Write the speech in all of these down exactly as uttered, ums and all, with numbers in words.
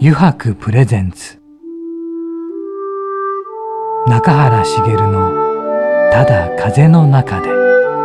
油白プレゼンツ中原茂のただ風の中で。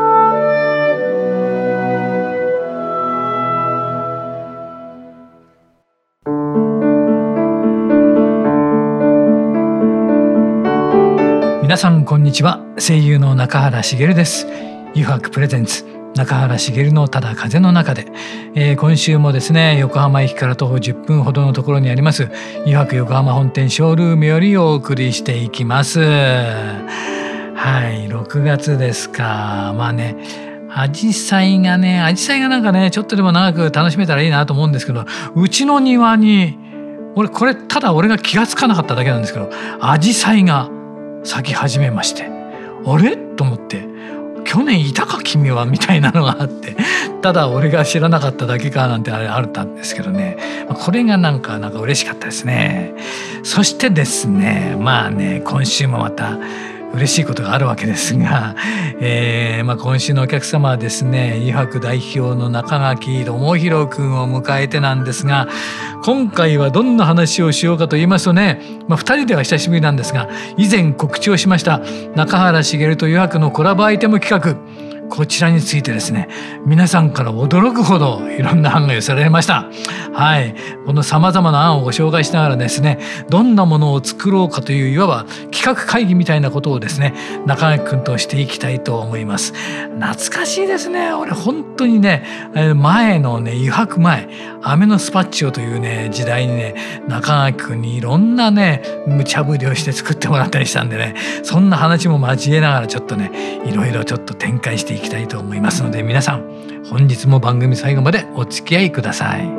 皆さんこんにちは。声優の中原茂です。油白プレゼンツ中原茂のただ風の中で、えー、今週もですね、横浜駅から徒歩じゅっぷんほどのところにあります油白横浜本店ショールームよりお送りしていきます。はい、ろくがつですか。まあね、アジサイがねアジサイがなんかねちょっとでも長く楽しめたらいいなと思うんですけど、うちの庭に俺これただ俺が気がつかなかっただけなんですけど、アジサイが咲き始めまして、あれと思って、去年いたか君はみたいなのがあって、ただ俺が知らなかっただけかなんてあれあったんですけどね、これがなんかなんか嬉しかったですね。そしてですね、まあね、今週もまた嬉しいことがあるわけですが、えーまあ、今週のお客様はですね、油白代表の中垣智弘くんを迎えてなんですが、今回はどんな話をしようかと言いますとね、まあ、ふたりでは久しぶりなんですが、以前告知をしました中原茂と油白のコラボアイテム企画、こちらについてですね、皆さんから驚くほどいろんな案が寄せられました。はい、この様々な案をご紹介しながらですね、どんなものを作ろうかといういわば企画会議みたいなことをですね、中垣くんとしていきたいと思います。懐かしいですね。俺本当にね、前のね、油白前アメノスパッチオというね時代にね、中垣くんにいろんなね無茶ぶりをして作ってもらったりしたんでね、そんな話も交えながらちょっとね、いろいろちょっと展開していきたいと思いますので、皆さん本日も番組最後までお付き合いください。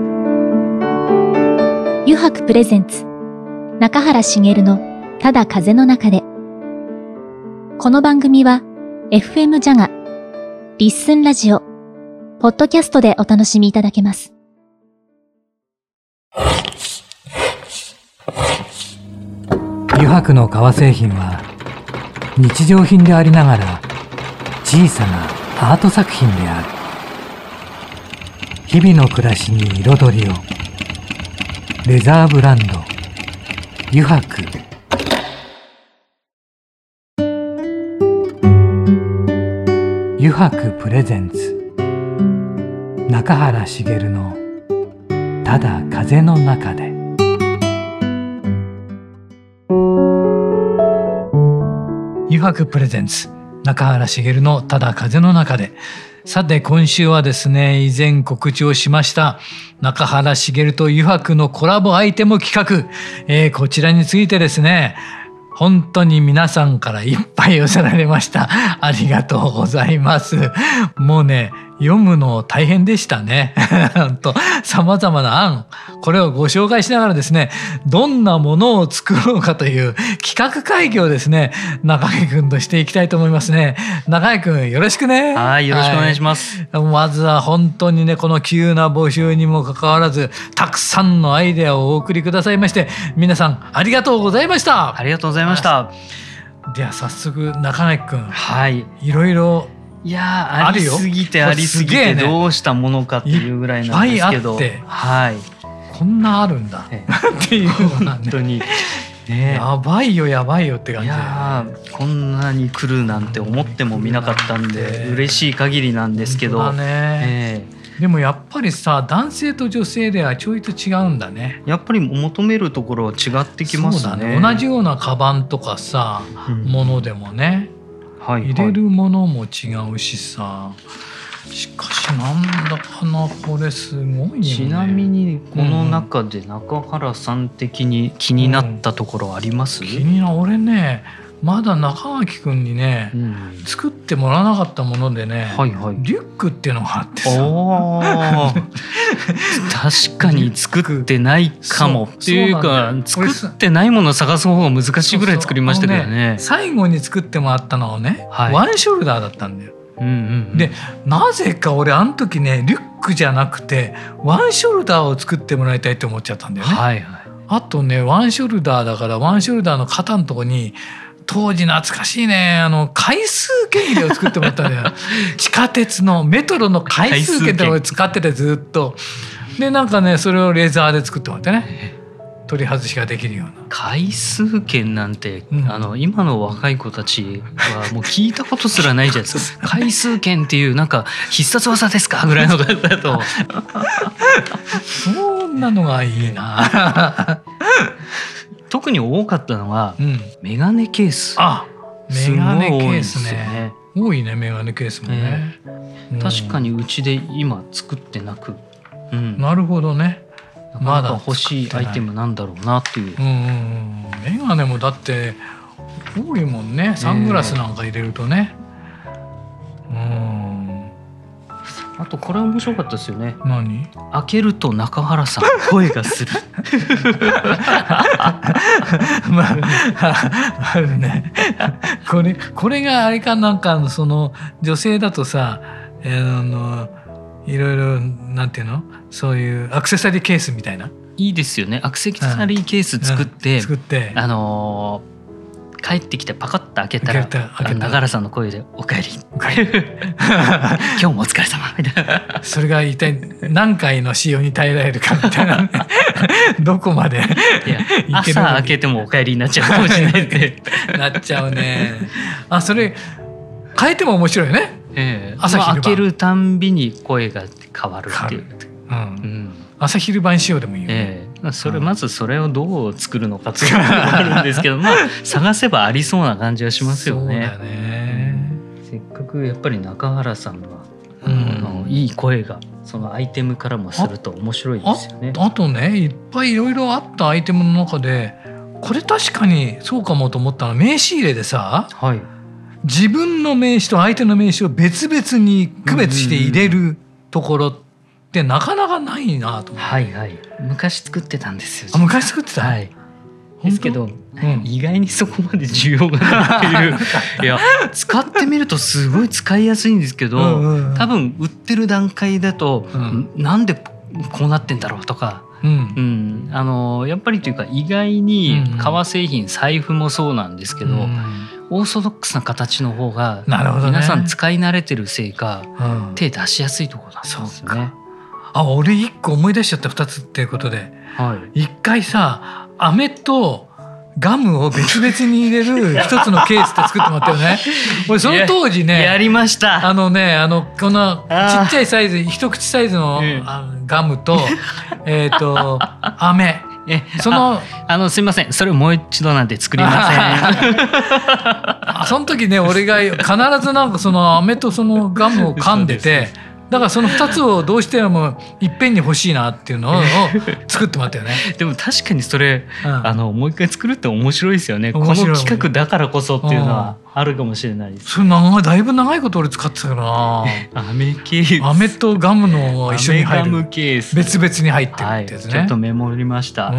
油白プレゼンツ中原茂のただ風の中で。この番組は エフエム ジャガ、リッスンラジオ、ポッドキャストでお楽しみいただけます。 油白の革製品は日常品でありながら小さなアート作品である。日々の暮らしに彩りを。レザーブランド油白。油白プレゼンツ中原茂のただ風の中で。油白プレゼンツ中原茂のただ風の中で。さて今週はですね、以前告知をしました中原茂と油白のコラボアイテム企画、えー、こちらについてですね、本当に皆さんからいっぱい寄せられました。ありがとうございます。もうね、読むの大変でしたね。さまざまな案、これをご紹介しながらですね、どんなものを作ろうかという企画会議をですね、中垣くんとしていきたいと思いますね。中垣くんよろしくね。 はい、よろしくお願いします。 はい、まずは本当にね、この急な募集にもかかわらずたくさんのアイデアをお送りくださいまして、皆さんありがとうございました。 ありがとうございました。 では早速中垣くん、 はい、 いろいろいやありすぎてありすぎてどうしたものかっていうぐらいなんですけど、 いっぱいあって、 はい、 こんなあるんだっていうのがね、 本当にね、 やばいよやばいよって感じで、 いやこんなに来るなんて思ってもみなかったんで嬉しい限りなんですけど、 本当だね、えーでもやっぱりさ、男性と女性ではちょいと違うんだね。 やっぱり求めるところは違ってきますね。 そうだね、同じようなカバンとかさ、うん、ものでもね、はいはい、入れるものも違うしさ、しかしなんだかな、これすごいよね。 ちなみにこの中で中原さん的に気になったところあります？ うん、気にな俺ね、まだ中垣くんにね、うん、作ってもらわなかったものでね、はいはい、リュックっていうのがあってさ確かに作ってないかもっていうか、作ってないものを探す方が難しいぐらい作りましたけど ね, そうそうね最後に作ってもらったのはね、はい、ワンショルダーだったんだよ。うんうんうん、でなぜか俺あの時ね、リュックじゃなくてワンショルダーを作ってもらいたいと思っちゃったんだよね。はいはい、あとね、ワンショルダーだからワンショルダーの肩のとこに当時懐かしいね、あの回数券入れを作ってもらったんだよ地下鉄のメトロの回数券ってのを使っててずっとで、なんかねそれをレーザーで作ってもらってね、 取り外しができるような。 回数券なんて、 うん、 あの今の若い子たちはもう聞いたことすらないじゃないですか。回数券っていうなんか必殺技ですかぐらいの方だとそんなのがいいな特に多かったのは、うん、メガネケース。 あ、メガネケースね。多いね、メガネケースもね、 えーうん、確かにうちで今作ってなく、 うん、なるほどね。 まだ欲しいアイテムなんだろうなっていう。 うんうんうん、メガネもだって多いもんね。サングラスなんか入れるとね、えー、うんあとこれ面白かったですよね。 何？ 開けると中原さん声がするまああるねこれこれがあれかなんかその女性だとさ、えー、あのいろいろなんていうの、そういうアクセサリーケースみたいな。 いいですよね。アクセサリーケース作って、うんうん、 作ってあのー帰ってきてパカッと開けたら中原さんの声でおかえり今日もお疲れ様みたいな。 それが一体何回の使用に耐えられるかみたいな、ね、どこまでいや朝開けてもおかえりになっちゃうかもしれないってなっちゃうね。あ、それ変えても面白いよね、 えー、朝昼晩開けるたんびに声が変わるっていう、 うんうん、朝昼晩仕様でもいいよね、 えーそれまずそれをどう作るのかっていうのがあるんですけど、まあ探せばありそうな感じはしますよね。 そうだね。 せっかくやっぱり中原さんが、うん、あのいい声がそのアイテムからもすると面白いですよね。 あ、あとね、いっぱいいろいろあったアイテムの中でこれ確かにそうかもと思ったのは名刺入れでさ、はい、自分の名刺と相手の名刺を別々に区別して入れるところってなかなかないなと思って。 はいはい。昔作ってたんですよ。 あ、昔作ってた。 はい。ですけど、うん、意外にそこまで需要がないっていういや使ってみるとすごい使いやすいんですけど、うんうんうん、多分売ってる段階だと、うん、なんでこうなってんだろうとか、うんうん、あのやっぱりというか意外に革製品、うん、財布もそうなんですけど、うん、オーソドックスな形の方が皆さん使い慣れてるせいか、うん、手出しやすいところなんですよね。 あ、俺一個思い出しちゃった、二つっていうことで、はい、一回さ飴とガムを別々に入れる一つのケースって作ってもらったよね。俺その当時ねや, やりました。 あのね、あのこのちっちゃいサイズ、一口サイズの、うん、ガムとえっと飴、 えその あ, あのすいません、それをもう一度なんて作りませんあその時ね、俺が必ずなんかその飴とそのガムを噛んでてだからそのふたつをどうしてもいっぺんに欲しいなっていうのを作ってもらったよね。 でも確かにそれ、うん、あのもう一回作るって面白いですよね。この企画だからこそっていうのはあるかもしれないです。 それ長いだいぶ長いこと俺使ってたからな。 飴ケース、 飴とガムの一緒に入る、 飴ガムケース別々に入ってるってやつね、 はい、ちょっとメモりました、うん、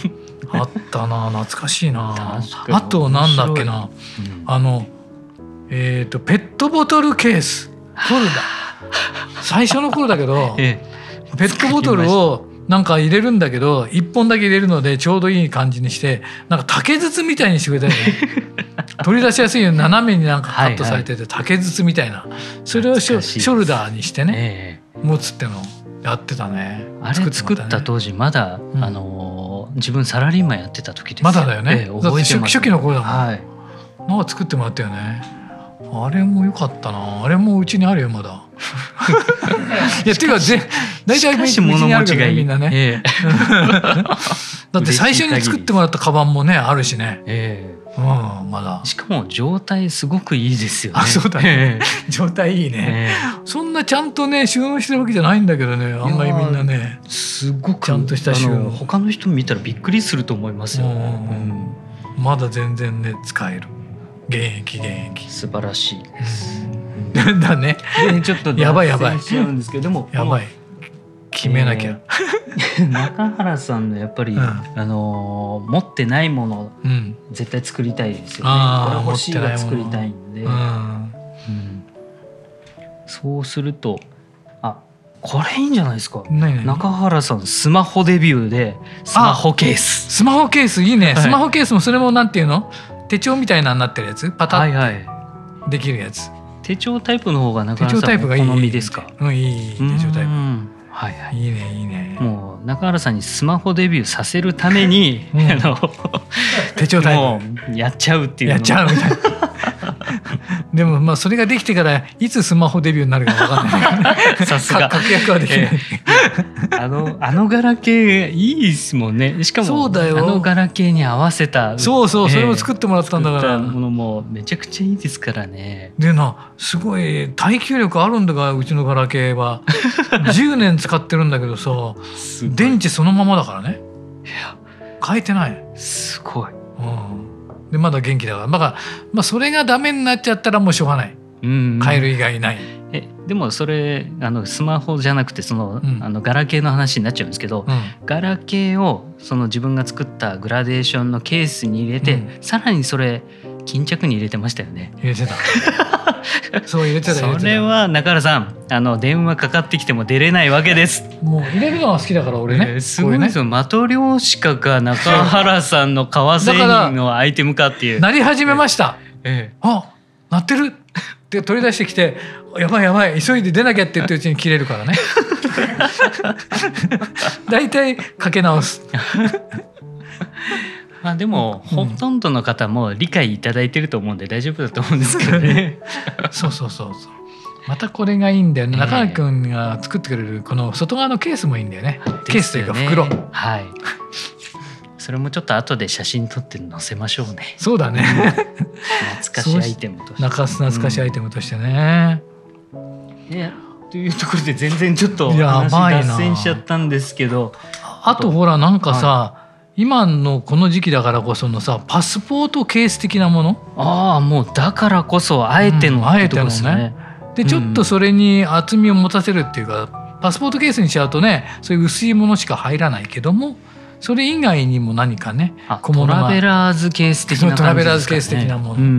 あったな、懐かしいな。あとなんだっけな、うん、あのえっとペットボトルケースホルダー最初の頃だけど、ええ、ペットボトルをなんか入れるんだけどいっぽんだけ入れるのでちょうどいい感じにしてなんか竹筒みたいにしてくれたよね取り出しやすいように斜めになんかカットされてて、はいはい、竹筒みたいな、それをショ、ショルダーにしてね、ええ、持つってのをやってたね。 あれ作った当時まだ、うん、あの自分サラリーマンやってた時ですよ。 まだだよね、ええ、覚えてます。初, 初期の頃だもん、 はい、 なんか作ってもらったよね。あれも良かったな。あれもうちにあるよまだいやていうか大体うちにあるけどね、みんなね、ええ、だって最初に作ってもらったカバンもねあるしね、ええ、うん、まだしかも状態すごくいいですよね。 あ、そうだね、ええ、状態いいね、ええ、そんなちゃんとね収納してるわけじゃないんだけどね、案外みんなねすごくちゃんとした収納。 他の人見たらびっくりすると思いますよ、うんうん、まだ全然ね使える、現役現役素晴らしいです、 うん、だね。 ちょっとやばいやばいしちゃうんですけど、でもやばい決めなきゃ、 えー、中原さんのやっぱり、うん、あのー、持ってないもの、うん、絶対作りたいですよね。これ欲しいが作りたいんで、うんうん、そうするとあこれいいんじゃないですか。中原さんスマホデビューでスマホケース。 スマホケースいいね、はい、スマホケースもそれもなんていうの、手帳みたいなになってるやつ、パタッとできるやつ、はいはい、 手帳タイプの方が中原さんお好みですか。 うん、いい手帳タイプ。 はいはい、 いいねいいね。 もう中原さんにスマホデビューさせるために、うん、あの手帳タイプもうやっちゃうっていうのやっちゃうみたいなでもまあそれができてからいつスマホデビューになるか分かんないからねさすが確約はできない、えー、あのあのガラケーいいですもんね。しかもそうだよ、 あのガラケーに合わせたそうそう、えー、それも作ってもらったんだから、 ものもめちゃくちゃいいですからね。 でなすごい耐久力あるんだからうちのガラケーはじゅうねん使ってるんだけどさ電池そのままだからね。 いや変えてない。 すごい、 うん、でまだ元気だからだから、まあ、それがダメになっちゃったらもうしょうがない、うんうん、変える以外ない。 えでもそれあのスマホじゃなくてその、うん、あのガラケーの話になっちゃうんですけど、うん、ガラケーをその自分が作ったグラデーションのケースに入れて、うん、さらにそれ巾着に入れてましたよね。 入れてたそう入れてた入れてた。 それは中原さんあの電話かかってきても出れないわけです。 もう入れるのが好きだから俺ね、えー、 すごいですよ、ね、マトリョーシカか中原さんの革製品のアイテムかっていう鳴り始めました、 えー、 あ鳴ってるって取り出してきてやばいやばい急いで出なきゃって言ってるうちに切れるからねだいたいかけ直すまあでも、うん、ほとんどの方も理解いただいてると思うんで大丈夫だと思うんですけどねそうそうそうそうまたこれがいいんだよね、えー、中原くんが作ってくれるこの外側のケースもいいんだよね。ケースというか袋、 はいそれもちょっと後で写真撮って載せましょうね。 そうだね懐かしいアイテムとして懐かしいアイテムとしてね、 うん、ねというところで全然ちょっと話脱線しちゃったんですけどあ, あとほらなんかさ、はい、今のこの時期だからこそのさパスポートケース的なものああもうだからこそあえてのってとこですね、うん、あえてのねでちょっとそれに厚みを持たせるっていうか、うん、パスポートケースにしちゃうとねそういう薄いものしか入らないけどもそれ以外にも何かね小物がトラベラーズケース的な感じですかね。トラベラーズケース的なもの、うんうんうん、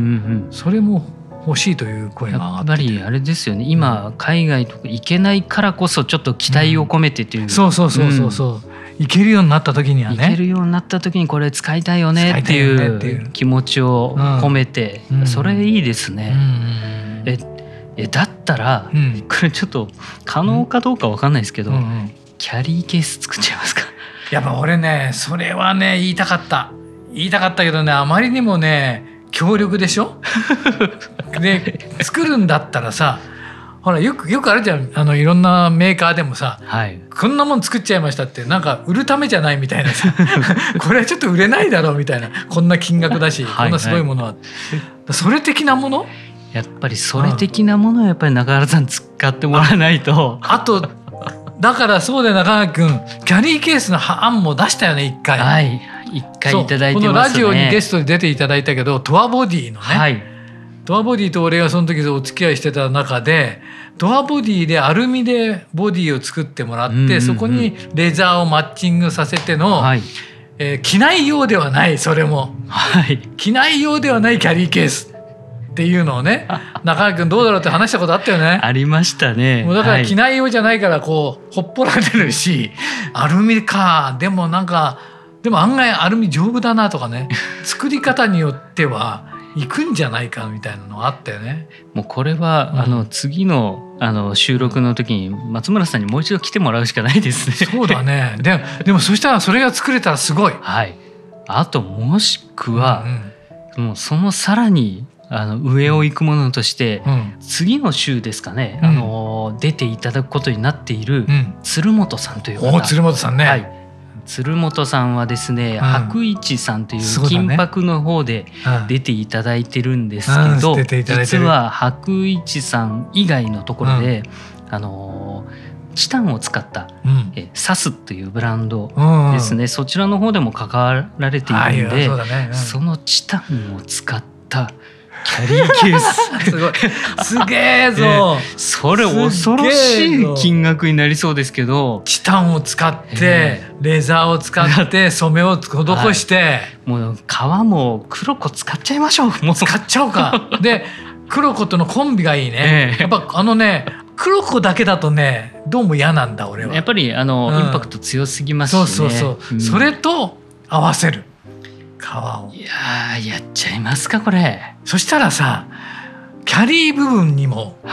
それも欲しいという声が上がっててやっぱりあれですよね今海外とか行けないからこそちょっと期待を込めてという、うん、 そうそうそうそうそう、うん、行けるようになった時にはね行けるようになった時にこれ使いたいよねっていう気持ちを込めて、うん、それいいですね、うん、ええだったら、うん、これちょっと可能かどうか分かんないですけど、うんうん、キャリーケース作っちゃいますか。 やっぱ俺ねそれはね言いたかった言いたかったけどねあまりにもね強力でしょで作るんだったらさほらよくよくあるじゃんあのいろんなメーカーでもさ、はい、こんなもん作っちゃいましたってなんか売るためじゃないみたいなさこれはちょっと売れないだろうみたいなこんな金額だしこんなすごいものは、はいはい、それ的なものやっぱりそれ的なものはやっぱり中原さん使ってもらわないとあ, あとだからそうで中原くんキャリーケースの案も出したよね一回。 はい一回いただいてますね。 このラジオにゲストで出ていただいたけどドアボディのね、はい、ドアボディと俺がその時お付き合いしてた中でドアボディでアルミでボディを作ってもらって、うんうんうん、そこにレザーをマッチングさせての、はいえー、機内用ではないそれも、はい、機内用ではないキャリーケースっていうのをね中原くんどうだろうって話したことあったよね。 ありましたね。 もうだから機内用じゃないからこうほっぽられるし、アルミかでもなんかでも案外アルミ丈夫だなとかね作り方によっては行くんじゃないかみたいなのがあったよね。 もうこれは、うん、あの次のあの収録の時に松村さんにもう一度来てもらうしかないですね。 そうだね。で, でもそしたらそれが作れたらすごい。 はい。あともしくは、うんうん、もうそのさらにあの上を行くものとして、うん、次の週ですかね、うん、あの出ていただくことになっている、うん、鶴本さんという方、 お鶴本さんね、 はい、鶴本さんはですね、うん、白一さんという金箔の方で出ていただいてるんですけど、うんうん、実は白一さん以外のところで、うん、あのチタンを使った、うん、えサスというブランドですね、うんうん、そちらの方でも関わられているので、そ, ねうん、そのチタンを使ったキャリーケースすごいすげえぞ、 えー、それ恐ろしい金額になりそうですけどチタンを使って、えー、レザーを使って染めを施して、はい、 もう革も黒子使っちゃいましょう。もう使っちゃおうかで黒子とのコンビがいいね、えー、やっぱあのね黒子だけだとねどうも嫌なんだ俺は。 やっぱりあの、うん、インパクト強すぎますしね。 そうそうそう、うん、それと合わせる革を。 いやーやっちゃいますかこれ。 そしたらさキャリー部分にも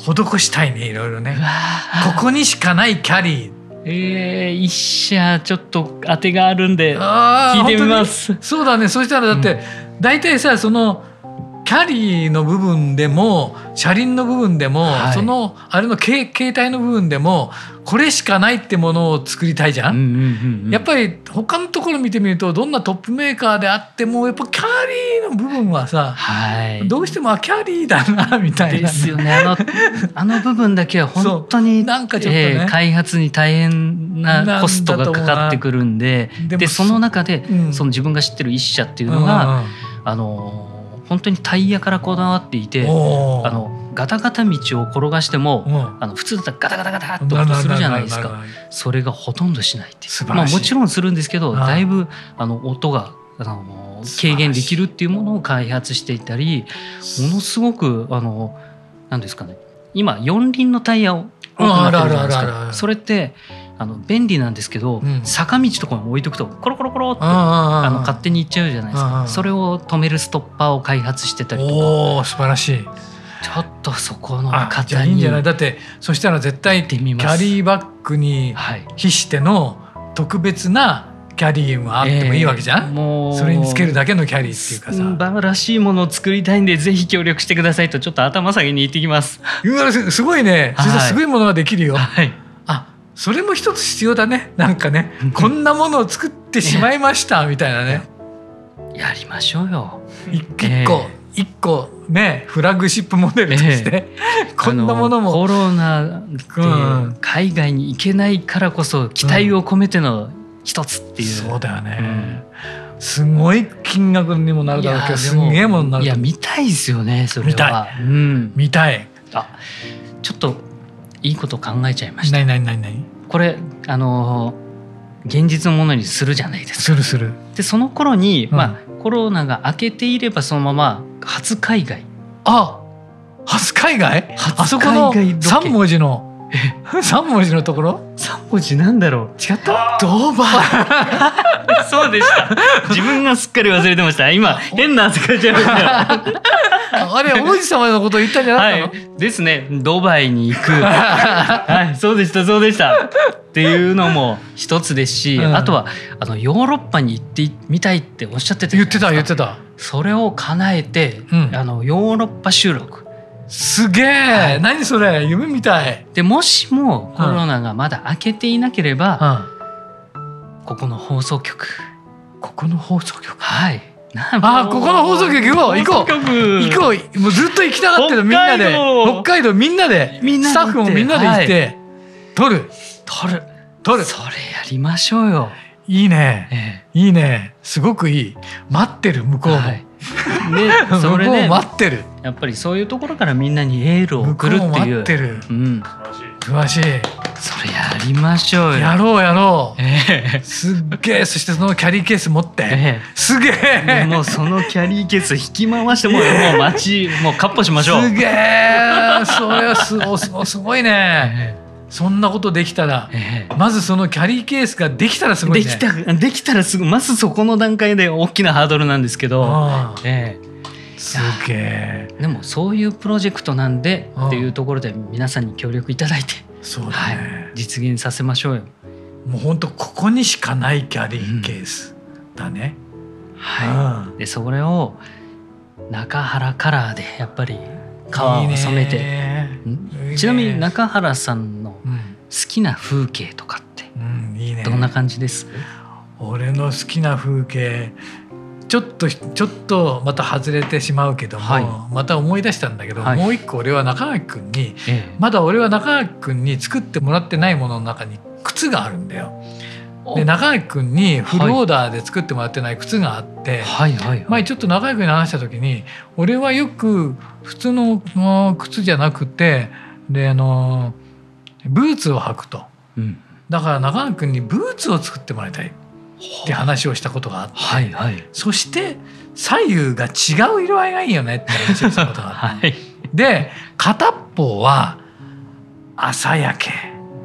施したいね、いろいろね。 うわーここにしかないキャリー。 えー、一社ちょっと当てがあるんであー聞いてみます。 本当にそうだね。そしたらだって大体さ、そのキャリーの部分でも車輪の部分でも、 はいそのあれの形形態の部分でもこれしかないってものを作りたいじゃん、 うんうんうんうん、 やっぱり他のところ見てみるとどんなトップメーカーであってもやっぱキャリーの部分はさ、 はいどうしてもあキャリーだなみたいなですよね。あのあの部分だけは本当になんかちょっとね、 えー開発に大変なコストがかかってくるんで、 でもでその中で、 うんその自分が知ってる一社っていうのが、 うんうんあの本当にタイヤからこだわっていて、 おーあのガタガタ道を転がしても、 うんあの普通だったらガタガタガタって音するじゃないですか。 なるなるなるなるそれがほとんどしないっていう。 素晴らしいまあ、もちろんするんですけど、 うんだいぶあの音があの軽減できるっていうものを開発していたり、ものすごくあのなんですかね、今四輪のタイヤを多くなってるじゃないですか。 あるあるあるあるそれってあの便利なんですけど、 うん坂道とかに置いとくとコロコロコロってああの勝手に行っちゃうじゃないですうんうんか。それを止めるストッパーを開発してたりとか、 おー素晴らしい。 ちょっとそこのあじゃあ方にいいんじゃない。だってそしたら絶対行ってキみますャリーバッグにはい、 比しての特別なキャリーがあってもいいわけじゃん、 えーもうそれにつけるだけのキャリーっていうかさ、 素晴らしいものを作りたいんでぜひ協力してくださいとちょっと頭下げに行ってきます。 うわすすごいね、 はいそしたらすごいものができるよ。 はい、 あそれも一つ必要だね。なんかねこんなものを作ってしまいましたみたいなね、 やりましょうよ。 一一個一個ねフラッグシップモデルとして、こんなものあのもコロナでうん海外に行けないからこそ期待を込めての一つっていう、 そうだよね、すごい金額にもなるだろうけど、すいやでもんげえものになるいやと思う。 見たいですよねそれは。 見たいうん、 見たい。 あちょっといいこと考えちゃいました。 なになになになにこれあの現実のものにするじゃないですか。 するする。 でその頃に、 うんまあ、コロナが明けていればそのまま初海外あ初海外初あそこの海外ロケさん文字のさん文字のところさん文字なんだろう。 違ったドーバーそうでした自分がすっかり忘れてました。今変な汗かいちゃいましたあれ王子様のこと言ったんじゃなかったの、 はいですね。ドバイに行くはいそうでしたそうでしたっていうのも一つですし、 うんあとはあのヨーロッパに行ってみたいっておっしゃってたじゃ言ってないですか。 た言ってた。 それを叶えて、 うんあのヨーロッパ収録すげえ、 はい何それ夢みたい。 で、もしもコロナがまだ明けていなければ、 うん、 ここの放送局ここの放送局はいあここの放送局行こう行こう行こうもうずっと行きたがってるみんなで北海道みんなでみんなで行ってスタッフもみんなで行って、撮る撮る撮るそれやりましょうよ。 いいねえいいねすごくいい。待ってる向こうも、 はい、でそれ向こうで待ってるやっぱりそういうところからみんなにエールを向こうも送るっていう待ってるうん、 詳しいそれやりましょうよ。 やろうやろうええすっげえそしてそのキャリーケース持って、 えすげえでえもうそのキャリーケース引き回してもうもう街もうカッポしましょう。 すげえそれはすごすごすごいねえそんなことできたらええまずそのキャリーケースができたらすえごいね。 できたできたらすぐまずそこの段階で大きなハードルなんですけど、 ああえすげええでもそういうプロジェクトなんでうんっていうところで皆さんに協力いただいて、 そうだはいね、、 実現させましょうよ。 もうほんとここにしかないキャリーケースだね、 はうんい、でそれを中原カラーでやっぱり革を染めていいねんいいねちなみに中原さんのうん、 好きな風景とかってうん、いいねどんな感じです？ 俺の好きな風景ちょっとちょっとまた外れてしまうけども、 はいまた思い出したんだけど、 はいもう一個俺は中垣君にええまだ俺は中垣君に作ってもらってないものの中に靴があるんだよ。で中垣君にフルオーダーで作ってもらってない靴があって、 はいはいはい、 前ちょっと中垣君に話した時に俺はよく普通のあー靴じゃなくてであのブーツを履くとうん、 だから中垣君にブーツを作ってもらいたいって話をしたことがあって、 はいはいそして左右が違う色合いがいいよねって話をしたことがあってはいで片っぽは朝焼け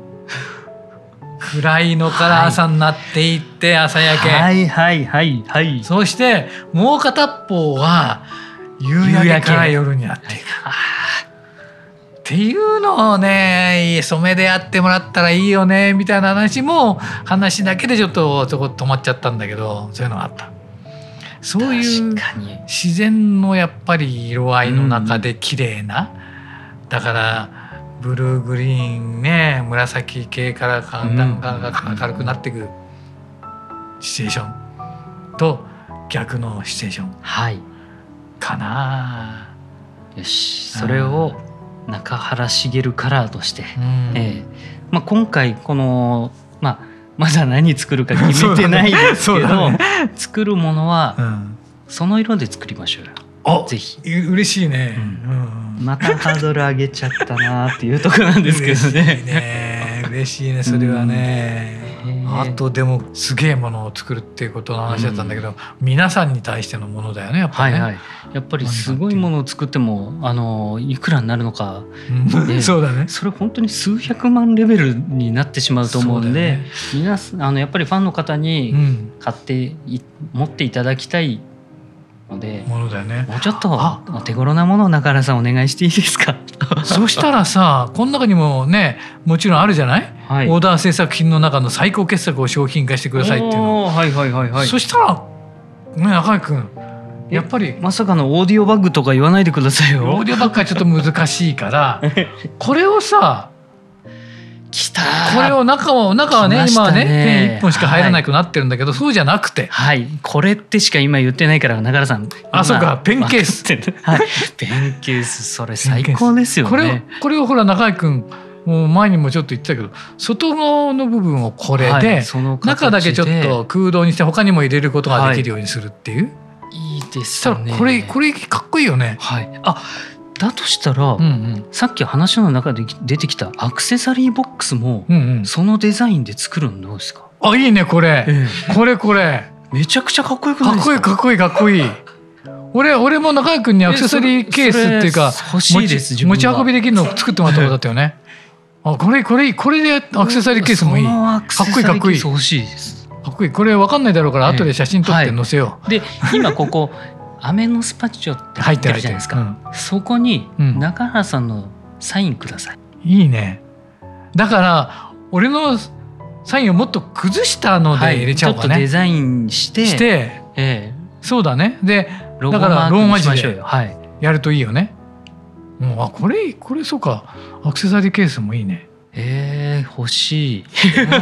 暗いのから朝になっていって朝焼け、 はいはいはいはいそしてもう片っぽは夕焼けから夜になっていくっっていうのをね染めでやってもらったらいいよねみたいな話も話だけでちょっとそこ止まっちゃったんだけど、そういうのがあった。そういう自然のやっぱり色合いの中で綺麗な、うん、だからブルーグリーンね紫系からだんだん明るくなっていくシチュエーションと逆のシチュエーションかな、 はい、よしそれを中原茂カラーとして、うんえーまあ、今回この、まあ、まだ何作るか決めてないですけど、ね作るものはその色で作りましょうよ、うん、ぜひ。 嬉しいね、 うんうん、またハードル上げちゃったなっていうところなんですけどね。 嬉しいね嬉しいねそれはね、うん、あとでもすげえものを作るっていうことの話だったんだけど、うん、皆さんに対してのものだよねやっぱりね、 はいはい、やっぱりすごいものを作ってもあのいくらになるのか、 うん、そうだねそれ本当に数百万レベルになってしまうと思うんで、ね、皆あのやっぱりファンの方に買ってい、うん、持っていただきたいのでものだよね。 もうちょっとお手頃なものを中原さんお願いしていいですか。 そしたらさこの中にもねもちろんあるじゃない、はい、オーダー制作品の中の最高傑作を商品化してくださいっていうの、 はいはいはいはい、 そしたらね中井くんやっぱりまさかのオーディオバッグとか言わないでくださいよ。 オーディオバッグはちょっと難しいからこれをさきたこれを中は中は ね, ね今はねペンいっぽんしか入らなくなってるんだけど、はい、そうじゃなくてはいこれってしか今言ってないから中原さんあそうかペンケース、 はい、ペンケースそれ最高ですよね。 これをこれをほら中井くんもう前にもちょっと言ってたけど外側の部分をこれで、はい、その中だけちょっと空洞にして他にも入れることができるようにするっていう、 はい、いいですね。 これこれかっこいいよね。 はい、あだとしたら、うんうん、さっき話の中で出てきたアクセサリーボックスも、うんうん、そのデザインで作るのどうですか。 あいいねこれ、ええ、これこれめちゃくちゃかっこよくないですか。 かっこいいかっこいいかっこいい。俺俺も中井くんにアクセサリーケースっていうか欲しいです持ち運びできるのを作ってもらったことだったよね。あこれこれこれでアクセサリーケースもいい。かっこいいかっこいい。 欲しいです。 かっこいい。これ分かんないだろうから後で写真撮って載せよう。 ええはい、で今ここアメノスパチョって入ってるじゃないですか、うん、そこに中原さんのサインください、 うん、いいね。だから俺のサインをもっと崩したので入れちゃおうかね、 はい、ちょっとデザインしてして、ええ、そうだね。でロゴマークにしましょうよ。 はい、やるといいよね。もうあこれこれそうかアクセサリーケースもいいね。 えー、欲しい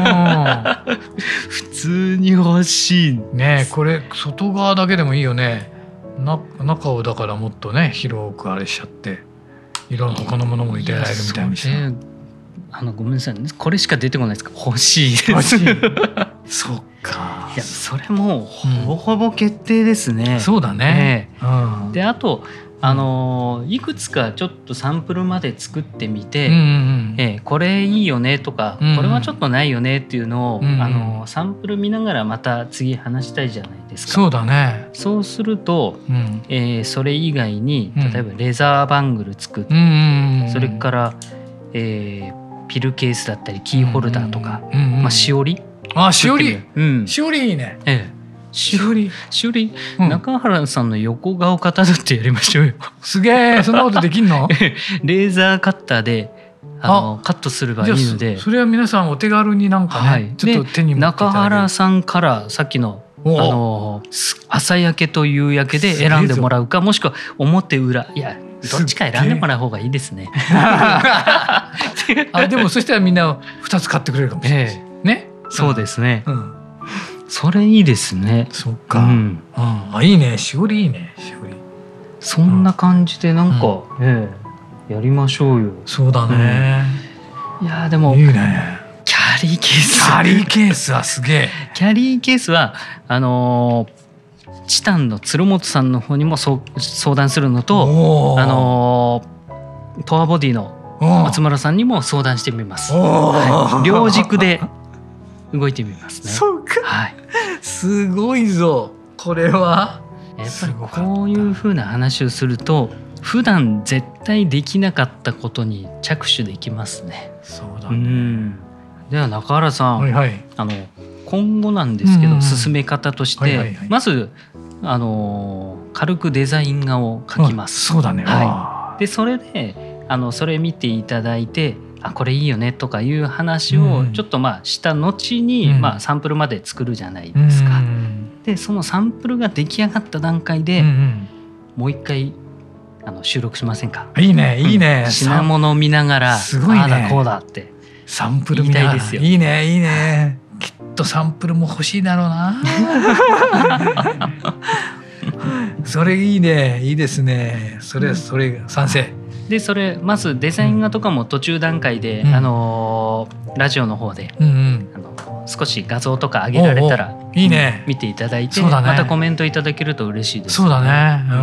普通に欲しいね。これ外側だけでもいいよね。な中をだからもっとね広くあれしちゃっていろんな他のものも入れられるみたいにして、 ね、あのごめんなさいこれしか出てこないですか。欲しいです欲しいそっか。 いやそれもほぼほぼ決定ですね、 うん、そうだね、 えーうん、であとあのいくつかちょっとサンプルまで作ってみて、うんうんうんえー、これいいよねとか、うんうん、これはちょっとないよねっていうのを、うんうん、あのサンプル見ながらまた次話したいじゃないですか。 そうだね。 そうすると、うんえー、それ以外に例えばレザーバングル作って、うんうんうん、それから、えー、ピルケースだったりキーホルダーとか、うんうんうんまあ、しおりあしおり、うん、しおりいいね、 ええしおり、しおり、うん、中原さんの横顔かたどってやりましょうよ。 すげえ、そんなことできんの？ レーザーカッターであのカットすればいいので、 それは皆さんお手軽になんかね、はい、ちょっと手に持っていただける。中原さんからさっきのあの朝焼けと夕焼けで選んでもらうか、もしくは表裏いやどっちか選んでもらう方がいいですね。 あでもそしたらみんなふたつ買ってくれるかもしれない、ええ、ね。 そうですね。うんそれいいですね。 そっか、うんうん、あいいね。しおりいいね。しおりそんな感じでなんか、うんええ、やりましょうよ。 そうだね、 うん、いやでもいいね。 キャリーケースキャリーケースはすげえ。 キャリーケースはあのー、チタンの鶴本さんの方にもそ相談するのとあのー、トアボディの松村さんにも相談してみます、はい、両軸で動いてみますね。 そうか、はい、すごいぞこれは。 やっぱりこういう風な話をすると普段絶対できなかったことに着手できますね。 そうだね。うんでは中原さん、 はいはい、 あの今後なんですけど、うんうん、進め方として、はいはいはい、まずあの軽くデザイン画を描きます、 そうだね、 はい、でそれであのそれ見ていただいて、あこれいいよねとかいう話をちょっとまあした後に、 うんまあ、サンプルまで作るじゃないですか。 うん、 でそのサンプルが出来上がった段階で、 うんうん、 もう一回あの収録しませんか。 いいねいいね、 うん、品物見ながらすごいね、 ああだこうだってサンプル見ながら言いたいですよ。 いいねいいね、きっとサンプルも欲しいだろうなそれいいね、いいですね、それそれ賛成でそれまずデザイン画とかも途中段階で、 うん、 あのラジオの方で、 うんうん、 あの少し画像とか上げられたらおうおういいね、 見ていただいて、 そうだね、 またコメントいただけると嬉しいです、 そうだね、うん、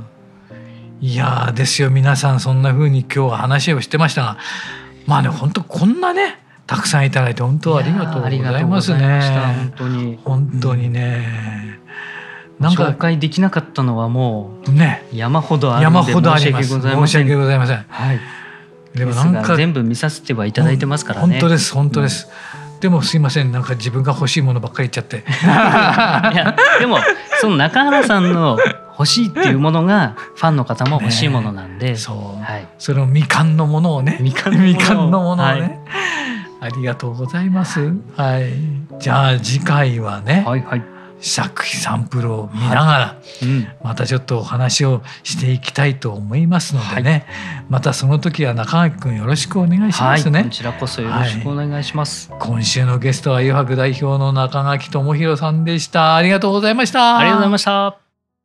いやですよ、皆さんそんな風に今日は話をしてましたが、まあね本当こんなねたくさんいただいて本当ありがとうございますね。 本当に本当にね、 うん、なんか紹介できなかったのはもうね山ほどあるので申し訳ございません。 申し訳ございません。 はい。 でもなんか全部見させてはいただいてますからね。 本当です本当です。うん、でもすいません、なんか自分が欲しいものばっかり言っちゃって。 いやでもその中原さんの欲しいっていうものがファンの方も欲しいものなんで、ね、 そう、 はい、 その未完のものをね、 未完のものを、 未完のものをね、 はい、 ありがとうございます。はい。じゃあ次回はね、 はいはい、 作品サンプルを見ながら、はいうん、またちょっとお話をしていきたいと思いますのでね、はい、またその時は中垣くんよろしくお願いしますね。 はい、こちらこそよろしくお願いします。 はい、今週のゲストは余白代表の中垣智弘さんでした。ありがとうございました。 ありがとうございました。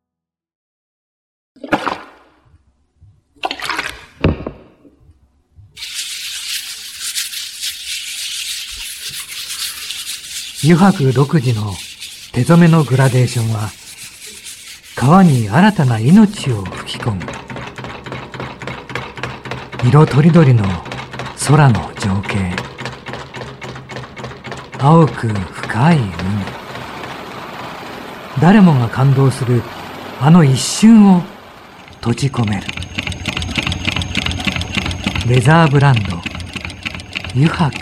油白独自の手染めのグラデーションは川に新たな命を吹き込む。色とりどりの空の情景、青く深い海、誰もが感動するあの一瞬を閉じ込める。レザーブランド油白。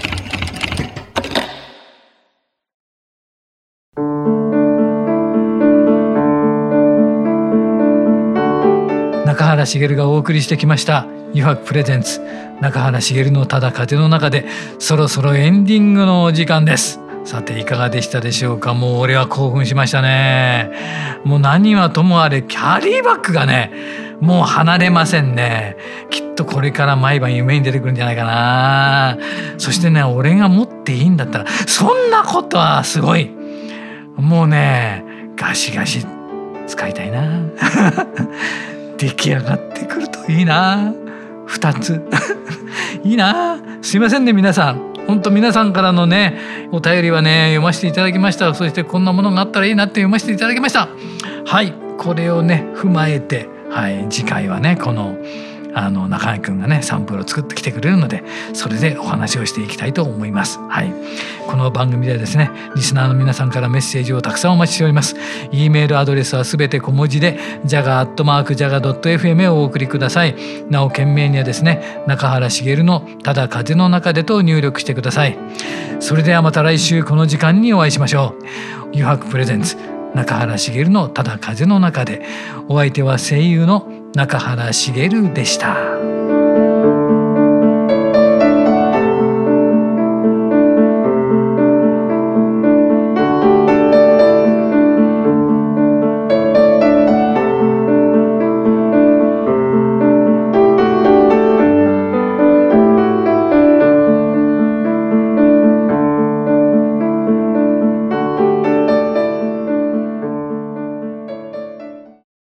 中原茂がお送りしてきました油白プレゼンツ中原茂のただ風の中で、そろそろエンディングのお時間です。さていかがでしたでしょうか。もう俺は興奮しましたね。もう何はともあれキャリーバッグがねもう離れませんね。きっとこれから毎晩夢に出てくるんじゃないかな。そしてね、俺が持っていいんだったらそんなことはすごい、もうねガシガシ使いたいな出来上がってくるといいな。ふたついいな。すいませんね皆さん、本当皆さんからのねお便りはね読ませていただきました。そしてこんなものがあったらいいなって読ませていただきました。はい、これをね踏まえて、はい、次回はねこのあの中垣くんがねサンプルを作ってきてくれるので、それでお話をしていきたいと思います。はい、この番組ではですねリスナーの皆さんからメッセージをたくさんお待ちしております。 E メールアドレスはすべて小文字で ジャガ アットマークジャガ ドット エフエム へお送りください。なお件名にはですね中原茂のただ風の中でと入力してください。それではまた来週この時間にお会いしましょう。油白プレゼンツ中原茂のただ風の中で、お相手は声優の中原茂でした。